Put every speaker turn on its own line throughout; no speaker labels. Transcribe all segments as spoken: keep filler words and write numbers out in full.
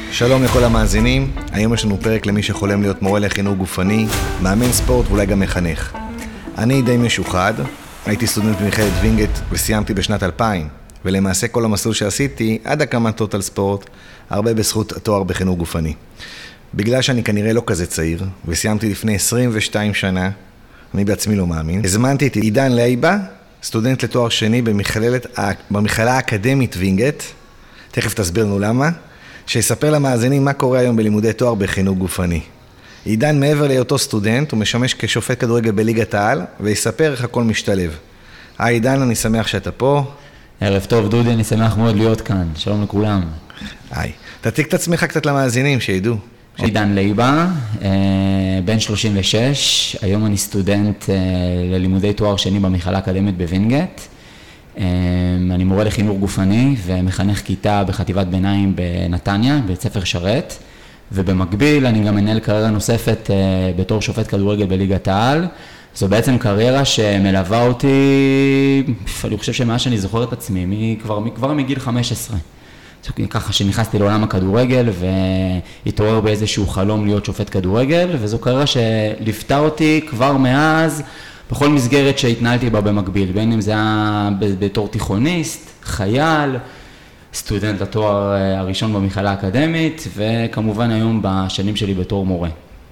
שלום לכל המאזינים, היום יש לנו פרק למי שחולם להיות מורה לחינוך גופני, מאמן ספורט ואולי גם מחנך. אני די משוחד, הייתי סטודנט במכללת וינגייט וסיימתי בשנת אלפיים, ולמעשה כל המסלול שעשיתי עד הקמת טוטל ספורט, הרבה בזכות התואר בחינוך גופני. בגלל שאני כנראה לא כזה צעיר, וסיימתי לפני עשרים ושתיים שנה, אני בעצמי לא מאמין, הזמנתי את עידן לייבה, סטודנט לתואר שני במכללת, במכללה האקדמית וינגייט, תכף תסביר לנו למה, שיספר למאזינים מה קורה היום בלימודי תואר בחינוך גופני. עידן מעבר להיותו סטודנט, הוא משמש כשופט כדורגל בליגת העל, ויספר איך הכל משתלב. היי עידן, אני שמח שאתה פה.
ערב טוב דודי, אני שמח מאוד להיות כאן, שלום לכולם.
היי, תציג את עצמך קצת למאזינים, שידעו.
עידן לייבה, בן שלושים ושש, היום אני סטודנט ללימודי תואר שני במכללה האקדמית בווינגייט. אני מורה לחינוך גופני ומחנך כיתה בחטיבת ביניים בנתניה, בית ספר שרת, ובמקביל אני גם מנהל קריירה נוספת בתור שופט כדורגל בליגת העל. זו בעצם קריירה שמלווה אותי, אני חושב שמאז שאני זוכר את עצמי, מכבר, מכבר מגיל חמש עשרה. ככה שנכנסתי לעולם הכדורגל והתעורר באיזשהו חלום להיות שופט כדורגל, וזו קריירה שליוותה אותי כבר מאז, בכל מסגרת שהתנהלתי בה במקביל, בין אם זה היה בתור תיכוניסט, חייל, סטודנט לתואר הראשון במכללה האקדמית, וכמובן היום בשנים שלי בתור מורה.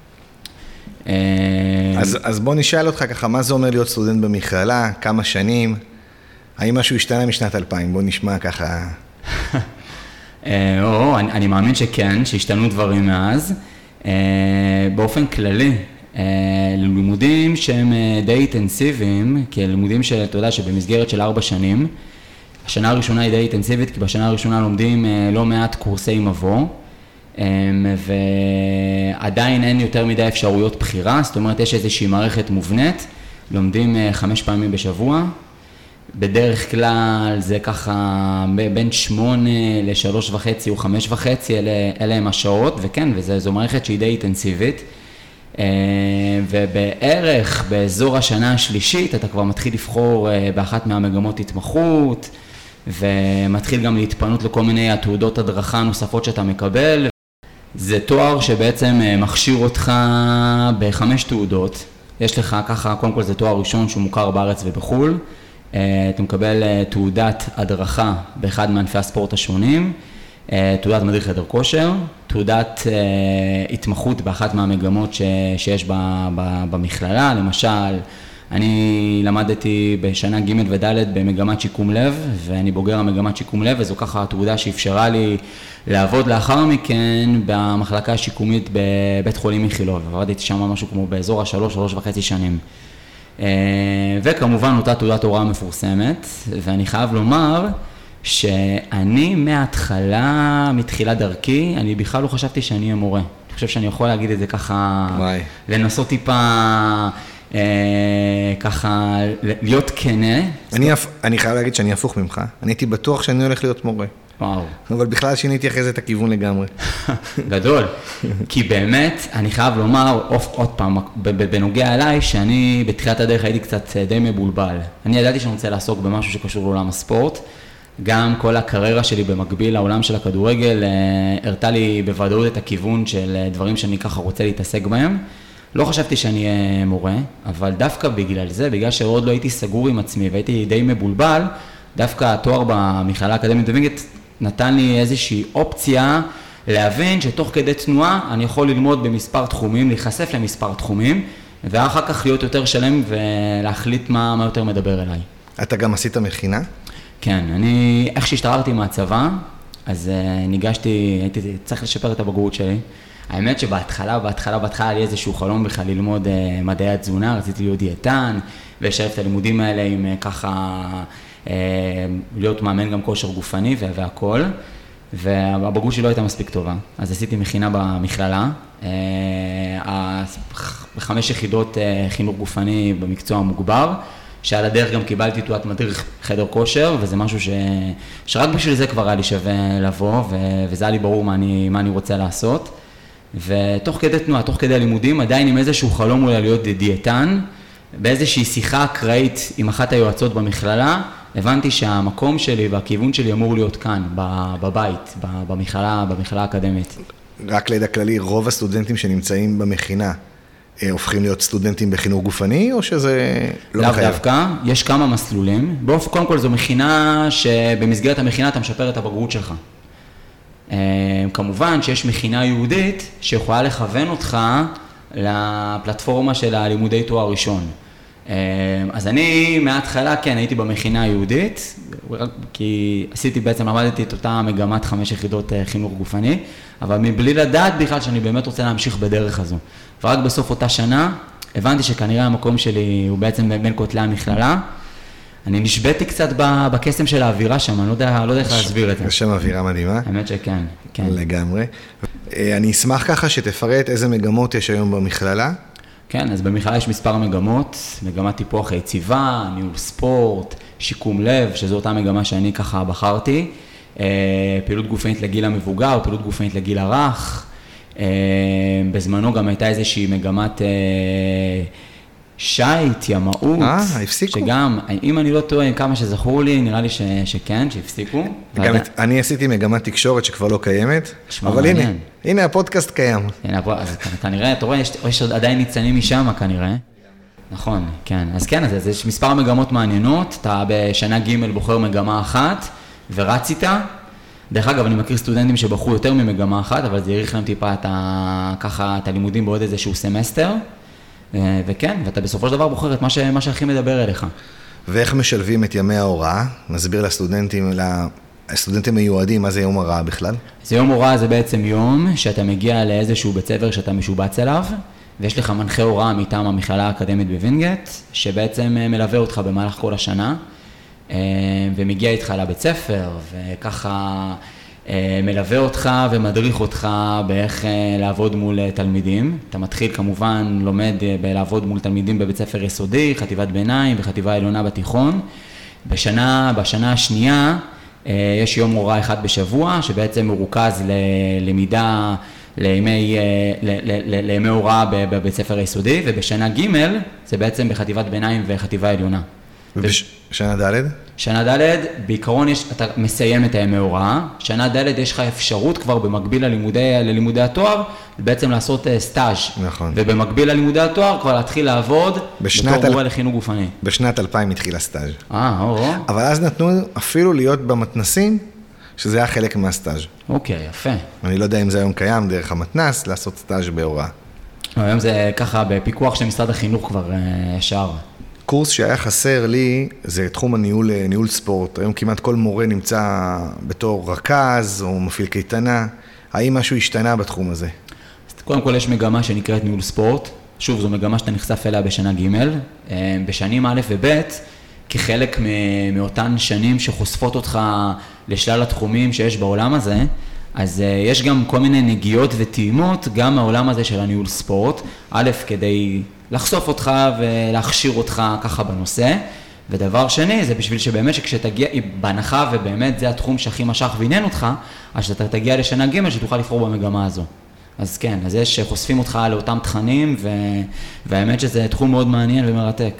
אז, אז בוא נשאל אותך ככה, מה זה אומר להיות סטודנט במכללה, כמה שנים, האם משהו השתנה משנת אלפיים? בוא נשמע ככה.
או, אני, אני מאמין שכן, שהשתנו דברים מאז. באופן כללי, לימודים שהם די אינטנסיביים, כי לימודים שאתה יודע שבמסגרת של ארבע שנים, השנה הראשונה היא די אינטנסיבית, כי בשנה הראשונה לומדים לא מעט קורסי מבוא, ועדיין אין יותר מדי אפשרויות בחירה, זאת אומרת יש איזושהי מערכת מובנית, לומדים חמש פעמים בשבוע, בדרך כלל זה ככה בין שמונה לשלוש וחצי או חמש וחצי, אלה, אלה הם השעות, וכן, וזו מערכת שהיא די אינטנסיבית, ובערך באזור השנה השלישית אתה כבר מתחיל לבחור באחת מהמגמות התמחות, ומתחיל גם להתפנות לכל מיני התעודות הדרכה נוספות שאתה מקבל. זה תואר שבעצם מכשיר אותך בחמש תעודות. יש לך ככה, קודם כל זה תואר ראשון שהוא מוכר בארץ ובחול. אתה מקבל תעודת הדרכה באחד מענפי הספורט השונים, תעודת מדריך חדר כושר, תעודת התמחות באחת מהמגמות שיש במכללה, למשל, אני למדתי בשנה ג' וד' במגמת שיקום לב, ואני בוגר המגמת שיקום לב, וזו ככה התעודה שאפשרה לי לעבוד לאחר מכן במחלקה השיקומית בבית חולים איכילוב, ועבדתי שם משהו כמו באזור השלוש, שלוש וחצי שנים. וכמובן אותה תעודת הוראה מפורסמת, ואני חייב לומר שאני מההתחלה, מתחילת דרכי, אני בכלל לא חשבתי שאני אהיה מורה. אני חושב שאני יכול להגיד את זה ככה, וואי. לנסות טיפה, אה, ככה, להיות כנה.
אני, אני חייב להגיד שאני הפוך ממך, אני הייתי בטוח שאני הולך להיות מורה.
וואו.
אבל בכלל שיניתי אחרי זה את הכיוון לגמרי.
גדול. כי באמת, אני חייב לומר, עוד פעם, בנוגע אליי, שאני בתחילת הדרך הייתי קצת די מבולבל. אני ידעתי שאני רוצה לעסוק במשהו שקשור לעולם הספורט. גם כל הקריירה שלי במקביל לעולם של הכדורגל, הרתה לי בוודאות את הכיוון של דברים שאני ככה רוצה להתעסק בהם. לא חשבתי שאני אהיה מורה, אבל דווקא בגלל זה, בגלל שעוד לא הייתי סגור עם עצמי והייתי די מבולבל, דווקא התואר במכללה האקדמית בווינגייט נתן לי איזושהי אופציה להבין שתוך כדי תנועה אני יכול ללמוד במספר תחומים, להיחשף למספר תחומים, ואחר כך להיות יותר שלם ולהחליט מה, מה יותר מדבר אליי.
אתה גם עשית מכינה?
כן, אני, איך שהשתחררתי מהצבא, אז uh, ניגשתי, הייתי צריך לשפר את הבגרות שלי. האמת שבהתחלה, בהתחלה, בהתחלה היה לי איזשהו חלום בכלל ללמוד uh, מדעי התזונה, רציתי להיות דיאטן, ולשלב את הלימודים האלה עם uh, ככה, uh, להיות מאמן גם כושר גופני והכל, והבגרות שלי לא הייתה מספיק טובה. אז עשיתי מכינה במכללה, uh, בחמש יחידות uh, חינוך גופני במקצוע המוגבר, שעל הדרך גם קיבלתי תעודת מדריך חדר כושר, וזה משהו ש... שרק בשביל זה כבר היה לי שווה לבוא, ו... וזה היה לי ברור מה אני, מה אני רוצה לעשות. ותוך כדי תנועה, תוך כדי לימודים, עדיין עם איזשהו חלום אולי להיות דיאטן, באיזושהי שיחה אקראית עם אחת היועצות במכללה, הבנתי שהמקום שלי והכיוון שלי אמור להיות כאן, בבית, במכללה, במכללה האקדמית.
רק לידע כללי, רוב הסטודנטים שנמצאים במכינה, הופכים להיות סטודנטים בחינוך גופני, או שזה לא מחייב?
לאו דווקא, יש כמה מסלולים. באופן, קודם כל זו מכינה שבמסגרת המכינה אתה משפר את הבגרות שלך. כמובן שיש מכינה יהודית שיכולה לכוון אותך לפלטפורמה של הלימודי תואר ראשון. אז אני מההתחלה, כן, הייתי במכינה היהודית, כי עשיתי בעצם, למדתי את אותה מגמת חמש יחידות חינוך גופני, אבל מבלי לדעת בכלל שאני באמת רוצה להמשיך בדרך הזו. ורק בסוף אותה שנה, הבנתי שכנראה המקום שלי הוא בעצם בין כותלי המכללה. אני נשבתי קצת בקסם של האווירה שם, אני לא יודע, לא יודע איך להסביר את זה.
יש שם אווירה מדהימה.
האמת שכן, כן.
לגמרי. אני אשמח ככה שתפרט איזה מגמות יש היום במכללה.
כן, אז במכללה יש מספר מגמות, מגמת טיפוח יציבה, ניהול ספורט, שיקום לב, שזו אותה מגמה שאני ככה בחרתי, פעילות גופנית לגיל המבוגר, פעילות גופנית לגיל הרך, בזמנו גם הייתה איזושהי מגמת שייט, ימאות,
אה, הפסיקו?
שגם, אם אני לא טועה, כמה שזכור לי, נראה לי ש, שכן, שהפסיקו.
גם את, אני עשיתי מגמת תקשורת שכבר לא קיימת, אבל הנה, הנה הפודקאסט קיים.
הנה, אז כנראה, אתה רואה, יש, יש עדיין ניצנים משם כנראה. נכון, כן. אז כן, אז יש מספר מגמות מעניינות, אתה בשנה ג' בוחר מגמה אחת, ורץ איתה. דרך אגב, אני מכיר סטודנטים שבחרו יותר ממגמה אחת, אבל זה יריך להם טיפה את ה, ככה, את הלימודים בעוד איזשהו סמסטר. וכן, ואתה בסופו של דבר בוחר את מה, ש, מה שהכי מדבר אליך.
ואיך משלבים את ימי ההוראה? נסביר לסטודנטים, לסטודנטים מיועדים, מה זה יום הוראה בכלל?
זה יום הוראה זה בעצם יום שאתה מגיע לאיזשהו בית ספר שאתה משובץ אליו, ויש לך מנחה הוראה מטעם המכללה האקדמית בווינגייט, שבעצם מלווה אותך במהלך כל השנה, ומגיע איתך לבית ספר, וככה מלווה אותך ומדריך אותך באיך לעבוד מול תלמידים. אתה מתחיל כמובן, לומד לעבוד מול תלמידים בבית ספר יסודי, חטיבת ביניים וחטיבה עליונה בתיכון. בשנה, בשנה השנייה יש יום הוראה אחד בשבוע, שבעצם מרוכז ללמידה לימי, לימי הוראה בבית ספר היסודי, ובשנה ג' זה בעצם בחטיבת ביניים וחטיבה עליונה.
ובשנה ד'?
שנה ד', בעיקרון יש, אתה מסיים את הימי הוראה, שנה ד' יש לך אפשרות כבר במקביל ללימודי, ללימודי התואר, בעצם לעשות סטאז'.
נכון.
ובמקביל ללימודי התואר כבר להתחיל לעבוד בתור מורה לחינוך גופני.
בשנת אלפיים התחיל הסטאז'.
אה, או, או.
אבל אז נתנו אפילו להיות במתנסים, שזה היה חלק מהסטאז'.
אוקיי, יפה.
אני לא יודע אם זה היום קיים דרך המתנס, לעשות סטאז' בהוראה.
היום זה ככה בפיקוח של משרד החינוך כבר ישר.
קורס שהיה חסר לי, זה תחום הניהול, ניהול ספורט. היום כמעט כל מורה נמצא בתור רכז או מפעיל קייטנה. האם משהו השתנה בתחום הזה?
קודם כל יש מגמה שנקראת ניהול ספורט. שוב, זו מגמה שאתה נחשף אליה בשנה ג'. בשנים א' וב', כחלק מאותן שנים שחושפות אותך לשלל התחומים שיש בעולם הזה, אז יש גם כל מיני נגיעות וטעימות, גם מהעולם הזה של הניהול ספורט. א', כדי לחשוף אותך ולהכשיר אותך ככה בנושא. ודבר שני, זה בשביל שבאמת שכשתגיע, בהנחה ובאמת זה התחום שהכי משך ועניין אותך, אז שאתה תגיע לשנה ג' שתוכל לבחור במגמה הזו. אז כן, אז יש חושפים אותך לאותם תכנים, ו... והאמת שזה תחום מאוד מעניין ומרתק.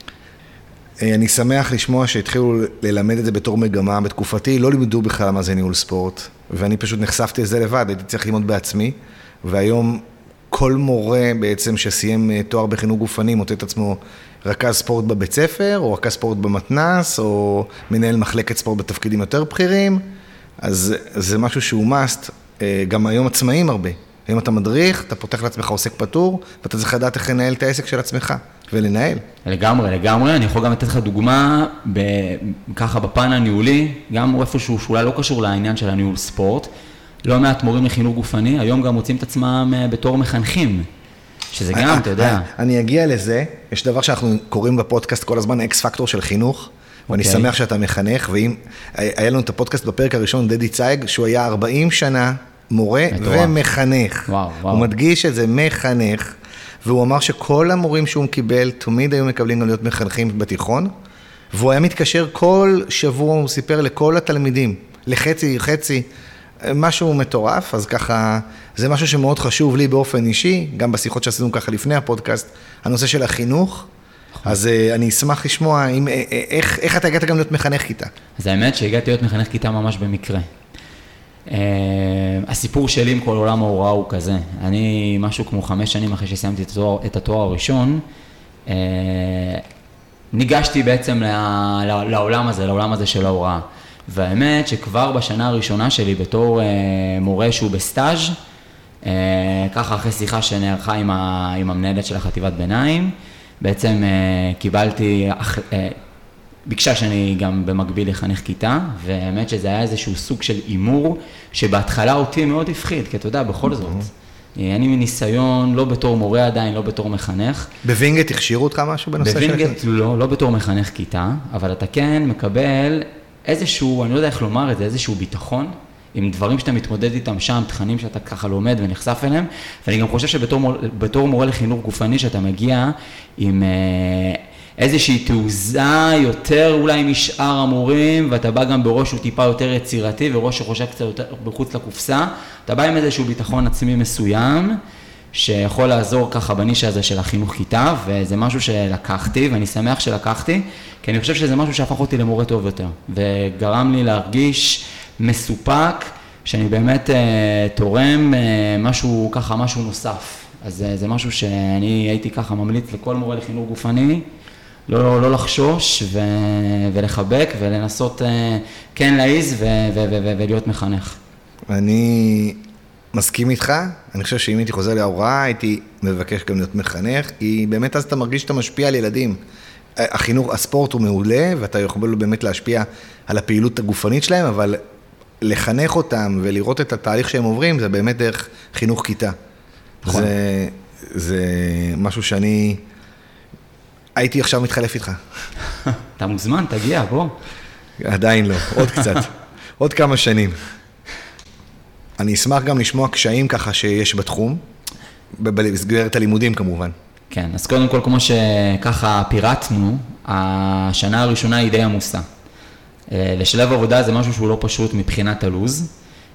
אני שמח לשמוע שהתחילו ללמד את זה בתור מגמה. בתקופתי לא לימדו בכלל מה זה ניהול ספורט, ואני פשוט נחשפתי לזה לבד, הייתי צריך ללמוד בעצמי, והיום כל מורה בעצם שסיים תואר בחינוך גופני מוצא את עצמו רכז ספורט בבית ספר, או רכז ספורט במתנס, או מנהל מחלקת ספורט בתפקידים יותר בכירים, אז זה משהו שהוא מאסט, גם היום עצמאים הרבה. אם אתה מדריך, אתה פותח לעצמך עוסק פטור, ואתה צריך לדעת איך לנהל את העסק של עצמך, ולנהל.
לגמרי, לגמרי. אני יכול גם לתת לך דוגמה, ככה בפן הניהולי, גם איפשהו שאולי לא קשור לעניין של הניהול ספורט, לא מעט מורים לחינוך גופני, היום גם מוצאים את עצמם בתור מחנכים, שזה גם, אתה יודע.
אני אגיע לזה, יש דבר שאנחנו קוראים בפודקאסט כל הזמן, אקס פקטור של חינוך, ואני שמח שאתה מחנך, ואם היה לנו את הפודקאסט בפרק הראשון, דדי צייג, שהוא היה ארבעים שנה מורה ומחנך.
וואו, וואו.
הוא מדגיש את זה, מחנך, והוא אמר שכל המורים שהוא קיבל, תמיד היו מקבלים גם להיות מחנכים בתיכון, והוא היה מתקשר כל שבוע, הוא סיפר לכל התלמידים, לחצי, חצי, משהו מטורף, אז ככה, זה משהו שמאוד חשוב לי באופן אישי, גם בשיחות שעשינו ככה לפני הפודקאסט, הנושא של החינוך, אז אני אשמח לשמוע, איך, איך אתה הגעת גם להיות מחנך כיתה?
אז האמת שהגעתי להיות מחנך כיתה ממש במקרה. הסיפור שלי עם כל עולם ההוראה הוא כזה. אני משהו כמו חמש שנים אחרי שסיימתי את התואר, את התואר הראשון, ניגשתי בעצם לעולם הזה, לעולם הזה של ההוראה. והאמת שכבר בשנה הראשונה שלי בתור מורה שהוא בסטאז', ככה אחרי שיחה שנערכה עם, ה, עם המנהלת של החטיבת ביניים, בעצם קיבלתי, ביקשה שאני גם במקביל לחנך כיתה, והאמת שזה היה איזשהו סוג של אימור, שבהתחלה אותי מאוד הפחיד, כי אתה יודע, בכל זאת, אני מניסיון, לא בתור מורה עדיין, לא בתור מחנך.
בווינגט הכשירו אותך משהו בנושא שלך?
בווינגט לא, לא בתור מחנך כיתה, אבל אתה כן מקבל איזשהו, אני לא יודע איך לומר את זה, איזשהו ביטחון, עם דברים שאתה מתמודד איתם שם, תכנים שאתה ככה לומד ונחשף אליהם, ואני גם חושב שבתור בתור מורה לחינוך גופני, שאתה מגיע עם איזושהי תעוזה יותר אולי משאר המורים, ואתה בא גם בראש שהוא טיפה יותר יצירתי, וראש שחושב קצת יותר בחוץ לקופסה, אתה בא עם איזשהו ביטחון עצמי מסוים, שיכול לעזור ככה בנישה הזה של החינוך כיתה, וזה משהו שלקחתי, ואני שמח שלקחתי, כי אני חושב שזה משהו שהפך אותי למורה טוב יותר, וגרם לי להרגיש מסופק, שאני באמת אה, תורם אה, משהו ככה, משהו נוסף. אז אה, זה משהו שאני הייתי ככה ממליץ לכל מורה לחינוך גופני, לא, לא, לא לחשוש ו, ולחבק ולנסות אה, כן להעיז ו, ו, ו, ו, ולהיות מחנך.
אני מסכים איתך, אני חושב שאם הייתי חוזר להוראה, הייתי מבקש גם להיות מחנך, כי באמת אז אתה מרגיש שאתה משפיע על ילדים. החינוך, הספורט הוא מעולה, ואתה יכול באמת להשפיע על הפעילות הגופנית שלהם, אבל לחנך אותם ולראות את התהליך שהם עוברים, זה באמת דרך חינוך כיתה. נכון. זה, זה משהו שאני הייתי עכשיו מתחלף איתך.
אתה מוזמן, תגיע, בוא.
עדיין לא, עוד קצת, עוד כמה שנים. אני אשמח גם לשמוע קשיים ככה שיש בתחום, במסגרת הלימודים כמובן.
כן, אז קודם כל, כמו שככה פירטנו, השנה הראשונה היא די עמוסה. לשלב עבודה זה משהו שהוא לא פשוט מבחינת הלוז,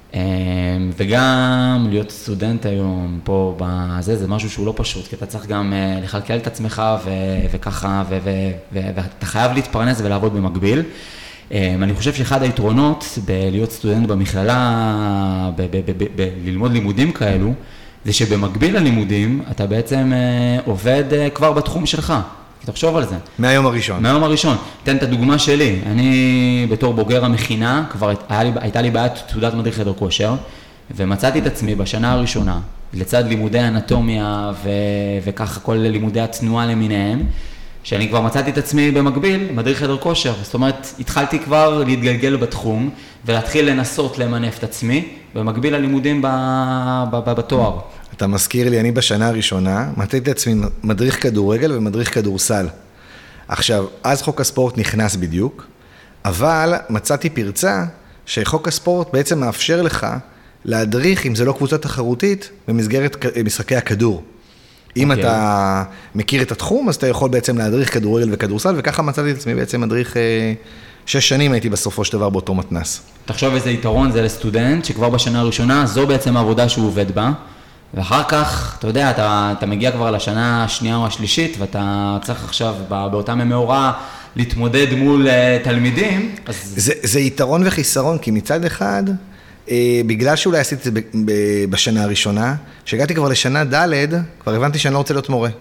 וגם להיות סטודנט היום פה בזה, זה משהו שהוא לא פשוט, כי אתה צריך גם לכלכל את עצמך וככה, ואתה חייב להתפרנס ולעבוד במקביל. אני חושב שאחד היתרונות בלהיות סטודנט במכללה, ללמוד לימודים כאלו, זה שבמקביל ללימודים אתה בעצם עובד כבר בתחום שלך. תחשוב על זה.
מהיום הראשון.
מהיום הראשון. תן את הדוגמה שלי. אני בתור בוגר המכינה, כבר היה לי, הייתה לי בעיית תעודת מדריך חדר כושר, ומצאתי את עצמי בשנה הראשונה, לצד לימודי אנטומיה ו... וככה כל לימודי התנועה למיניהם, שאני כבר מצאתי את עצמי במקביל, מדריך חדר כושר. זאת אומרת, התחלתי כבר להתגלגל בתחום, ולהתחיל לנסות למנף את עצמי, במקביל ללימודים ב... ב... ב... בתואר.
אתה מזכיר לי, אני בשנה הראשונה, מצאתי את עצמי מדריך כדורגל ומדריך כדורסל. עכשיו, אז חוק הספורט נכנס בדיוק, אבל מצאתי פרצה שחוק הספורט בעצם מאפשר לך להדריך, אם זה לא קבוצה תחרותית, במסגרת משחקי הכדור. אם okay. אתה מכיר את התחום, אז אתה יכול בעצם להדריך כדורגל וכדורסל, וככה מצאתי את עצמי בעצם מדריך שש שנים הייתי בסופו של דבר באותו מתנס.
תחשוב איזה יתרון זה לסטודנט, שכבר בשנה הראשונה, זו בעצם העבודה שהוא עובד בה, ואחר כך, אתה יודע, אתה, אתה מגיע כבר לשנה השנייה או השלישית, ואתה צריך עכשיו באותה ממאורה להתמודד מול uh, תלמידים. אז...
זה, זה יתרון וחיסרון, כי מצד אחד, אה, בגלל שאולי עשיתי את זה ב, ב, בשנה הראשונה, שהגעתי כבר לשנה ד', כבר הבנתי שאני לא רוצה להיות מורה.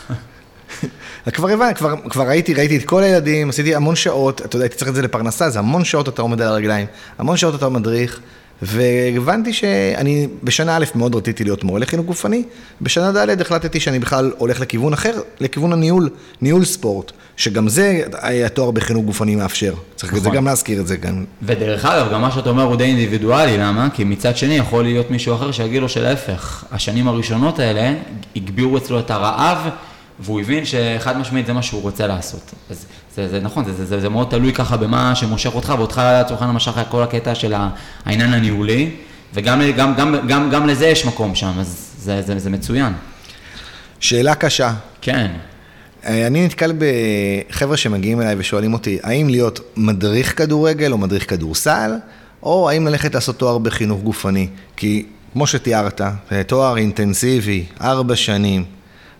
כבר הבנתי, כבר, כבר ראיתי, ראיתי את כל הילדים, עשיתי המון שעות, אתה יודע, הייתי צריך את זה לפרנסה, זה המון שעות אתה עומד על הרגליים, המון שעות אתה מדריך, והבנתי שאני בשנה א' מאוד רציתי להיות מורה לחינוך גופני, בשנה ד' החלטתי שאני בכלל הולך לכיוון אחר, לכיוון הניהול, ניהול ספורט, שגם זה התואר בחינוך גופני מאפשר. צריך נכון. זה גם להזכיר את זה גם.
ודרך אגב, גם מה שאתה אומר הוא די אינדיבידואלי, למה? כי מצד שני יכול להיות מישהו אחר שיגיד לו שלהפך. השנים הראשונות האלה הגבירו אצלו את הרעב, והוא הבין שאחד משמעית זה מה שהוא רוצה לעשות. אז זה, זה נכון, זה, זה, זה מאוד תלוי ככה במה שמושך אותך, ואותך צורכן המשך כל הקטע של העניין הניהולי, וגם גם, גם, גם, גם לזה יש מקום שם, אז זה, זה, זה מצוין.
שאלה קשה.
כן.
אני נתקל בחבר'ה שמגיעים אליי ושואלים אותי, האם להיות מדריך כדורגל או מדריך כדורסל, או האם ללכת לעשות תואר בחינוך גופני? כי כמו שתיארת, תואר אינטנסיבי, ארבע שנים,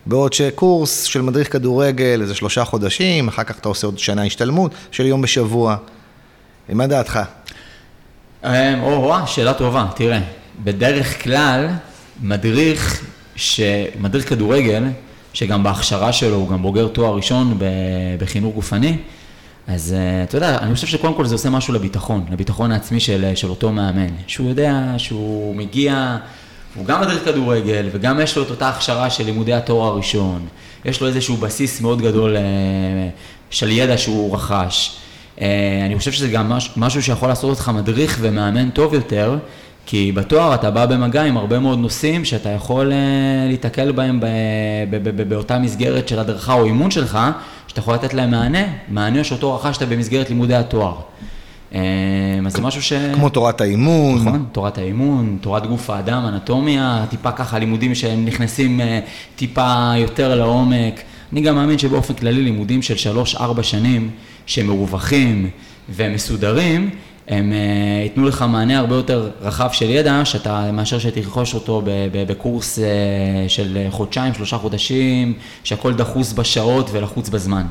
בעוד שקורס של מדריך כדורגל, איזה שלושה חודשים, אחר כך אתה עושה עוד שנה השתלמות של יום בשבוע. מה דעתך?
או, או, שאלה טובה, תראה, בדרך כלל מדריך, ש... מדריך כדורגל, שגם בהכשרה שלו הוא גם בוגר תואר ראשון בחינוך גופני, אז אתה יודע, אני חושב שקודם כל זה עושה משהו לביטחון, לביטחון העצמי של, של אותו מאמן, שהוא יודע שהוא מגיע, הוא גם מדריך כדורגל וגם יש לו את אותה הכשרה של לימודי התואר הראשון, יש לו איזשהו בסיס מאוד גדול של ידע שהוא רכש. אני חושב שזה גם משהו שיכול לעשות אותך מדריך ומאמן טוב יותר, כי בתואר אתה בא במגע עם הרבה מאוד נושאים שאתה יכול להתקל בהם באותה מסגרת של הדרכה או אימון שלך, שאתה יכול לתת להם מענה, מענה שאותו רכשת במסגרת לימודי התואר. אז זה משהו ש...
כמו תורת האימון.
נכון, תורת האימון, תורת גוף האדם, אנטומיה, טיפה ככה לימודים שהם נכנסים טיפה יותר לעומק. אני גם מאמין שבאופן כללי לימודים של שלוש, ארבע שנים שמרווחים ומסודרים, הם ייתנו לך מענה הרבה יותר רחב של ידע, שאתה מאשר שתרכוש אותו בקורס של חודשיים, שלושה חודשים, שהכל דחוס בשעות ולחוץ בזמן.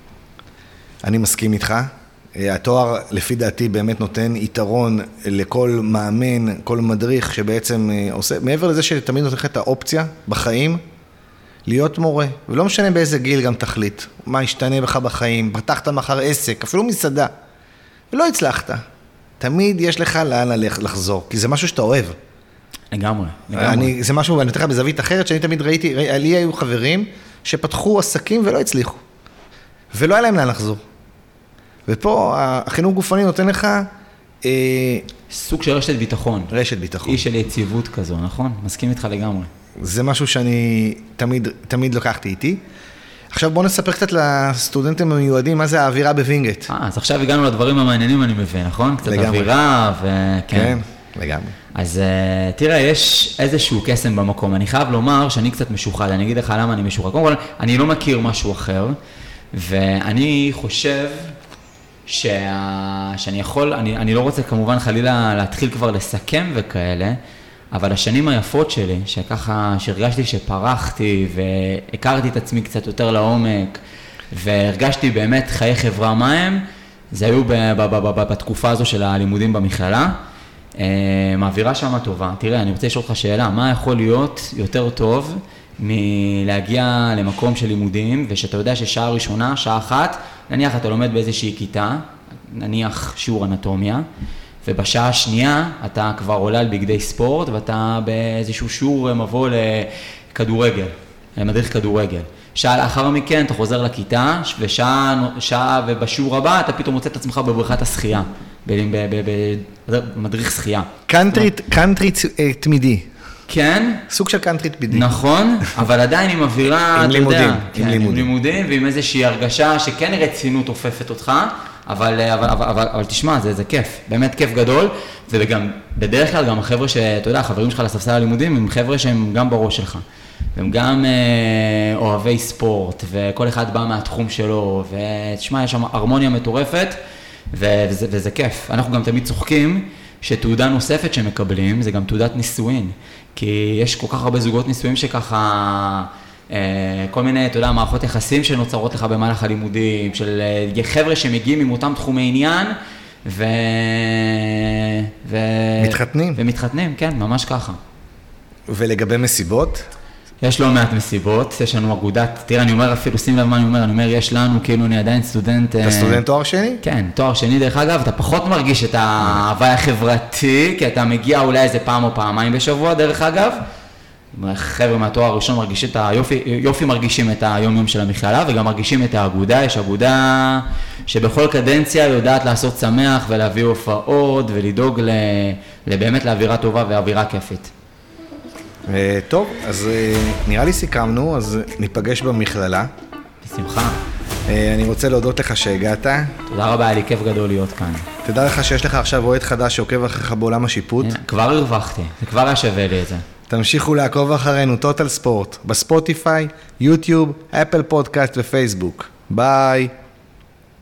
אני מסכים איתך. התואר לפי דעתי באמת נותן יתרון לכל מאמן, כל מדריך שבעצם עושה, מעבר לזה שתמיד נותן לך את האופציה בחיים, להיות מורה, ולא משנה באיזה גיל גם תחליט, מה ישתנה בך בחיים, פתחת מחר עסק, אפילו מסעדה, ולא הצלחת. תמיד יש לך לאן לחזור, כי זה משהו שאתה אוהב.
לגמרי, לגמרי.
אני, זה משהו, ואני אתן לך בזווית אחרת, שאני תמיד ראיתי, לי היו חברים שפתחו עסקים ולא הצליחו, ולא היה להם לאן לחזור. ופה החינוך גופני נותן לך... אה,
סוג של רשת ביטחון.
רשת ביטחון.
אי של יציבות כזו, נכון? מסכים איתך לגמרי.
זה משהו שאני תמיד, תמיד לקחתי איתי. עכשיו בואו נספר קצת לסטודנטים המיועדים, מה זה האווירה בווינגייט.
אה, אז עכשיו הגענו לדברים המעניינים, אני מבין, נכון? קצת לגמרי. אווירה וכן.
כן, לגמרי.
אז uh, תראה, יש איזשהו קסם במקום. אני חייב לומר שאני קצת משוחד, אני אגיד לך למה אני משוחד. קודם כל, אני לא מכיר משהו אחר, ואני חושב שה... שאני יכול, אני, אני לא רוצה כמובן חלילה להתחיל כבר לסכם וכאלה, אבל השנים היפות שלי, שככה, שהרגשתי שפרחתי והכרתי את עצמי קצת יותר לעומק, והרגשתי באמת חיי חברה מהם, זה היו ב- ב- ב- ב- בתקופה הזו של הלימודים במכללה. מעבירה שמה טובה. תראה, אני רוצה לשאול אותך שאלה, מה יכול להיות יותר טוב מלהגיע למקום של לימודים, ושאתה יודע ששעה ראשונה, שעה אחת, נניח אתה לומד באיזושהי כיתה, נניח שיעור אנטומיה, ובשעה השנייה אתה כבר עולה על בגדי ספורט, ואתה באיזשהו שיעור מבוא לכדורגל, למדריך כדורגל. שעה לאחר מכן אתה חוזר לכיתה, ושעה, שעה ובשיעור הבא אתה פתאום מוצא את עצמך בבריכת השחייה, במדריך שחייה.
קאנטרית, קאנטרית תמידי.
כן.
סוג של קאנטרית תמידי.
נכון, אבל עדיין עם אווירה,
עם לימודים.
עם לימודים, ועם איזושהי הרגשה שכן רצינות הופפת אותך, אבל, אבל, אבל, אבל, אבל תשמע, זה, זה כיף, באמת כיף גדול, וגם, בדרך כלל גם החבר'ה שאתה יודע, החברים שלך לספסל הלימודים, הם חבר'ה שהם גם בראש שלך, והם גם אה, אוהבי ספורט, וכל אחד בא מהתחום שלו, ותשמע, יש שם הרמוניה מטורפת, וזה, וזה כיף. אנחנו גם תמיד צוחקים, שתעודה נוספת שמקבלים, זה גם תעודת נישואין, כי יש כל כך הרבה זוגות נישואין שככה, כל מיני, אתה יודע, מערכות יחסים שנוצרות לך במהלך הלימודים, של חבר'ה שמגיעים עם אותם תחומי עניין, ו... ו...
מתחתנים.
ומתחתנים, כן, ממש ככה.
ולגבי מסיבות?
יש לא מעט מסיבות, יש לנו אגודת, תראה, אני אומר אפילו, שים לב מה אני אומר, אני אומר, יש לנו, כאילו, אני עדיין סטודנט...
אתה סטודנט תואר שני?
כן, תואר שני, דרך אגב, אתה פחות מרגיש את ההוואי החברתי, כי אתה מגיע אולי איזה פעם או פעמיים בשבוע, דרך אגב. חבר'ה מהתואר הראשון מרגישים את היופי, יופי מרגישים את היום יום של המכללה, וגם מרגישים את האגודה, יש אגודה שבכל קדנציה יודעת לעשות שמח ולהביא הופעות, ולדאוג לבאמת לאווירה טובה ואווירה כיפית.
טוב, אז נראה לי סיכמנו, אז ניפגש במכללה.
בשמחה.
אני רוצה להודות לך שהגעת.
תודה רבה, היה לי כיף גדול להיות כאן.
תדע לך שיש לך עכשיו אוהד חדש שעוקב אחריך בעולם השיפוט.
כבר הרווחתי, זה כבר היה שווה לי את זה.
תמשיכו לעקוב אחרינו, טוטל ספורט, בספוטיפיי, יוטיוב, אפל פודקאסט ופייסבוק. ביי.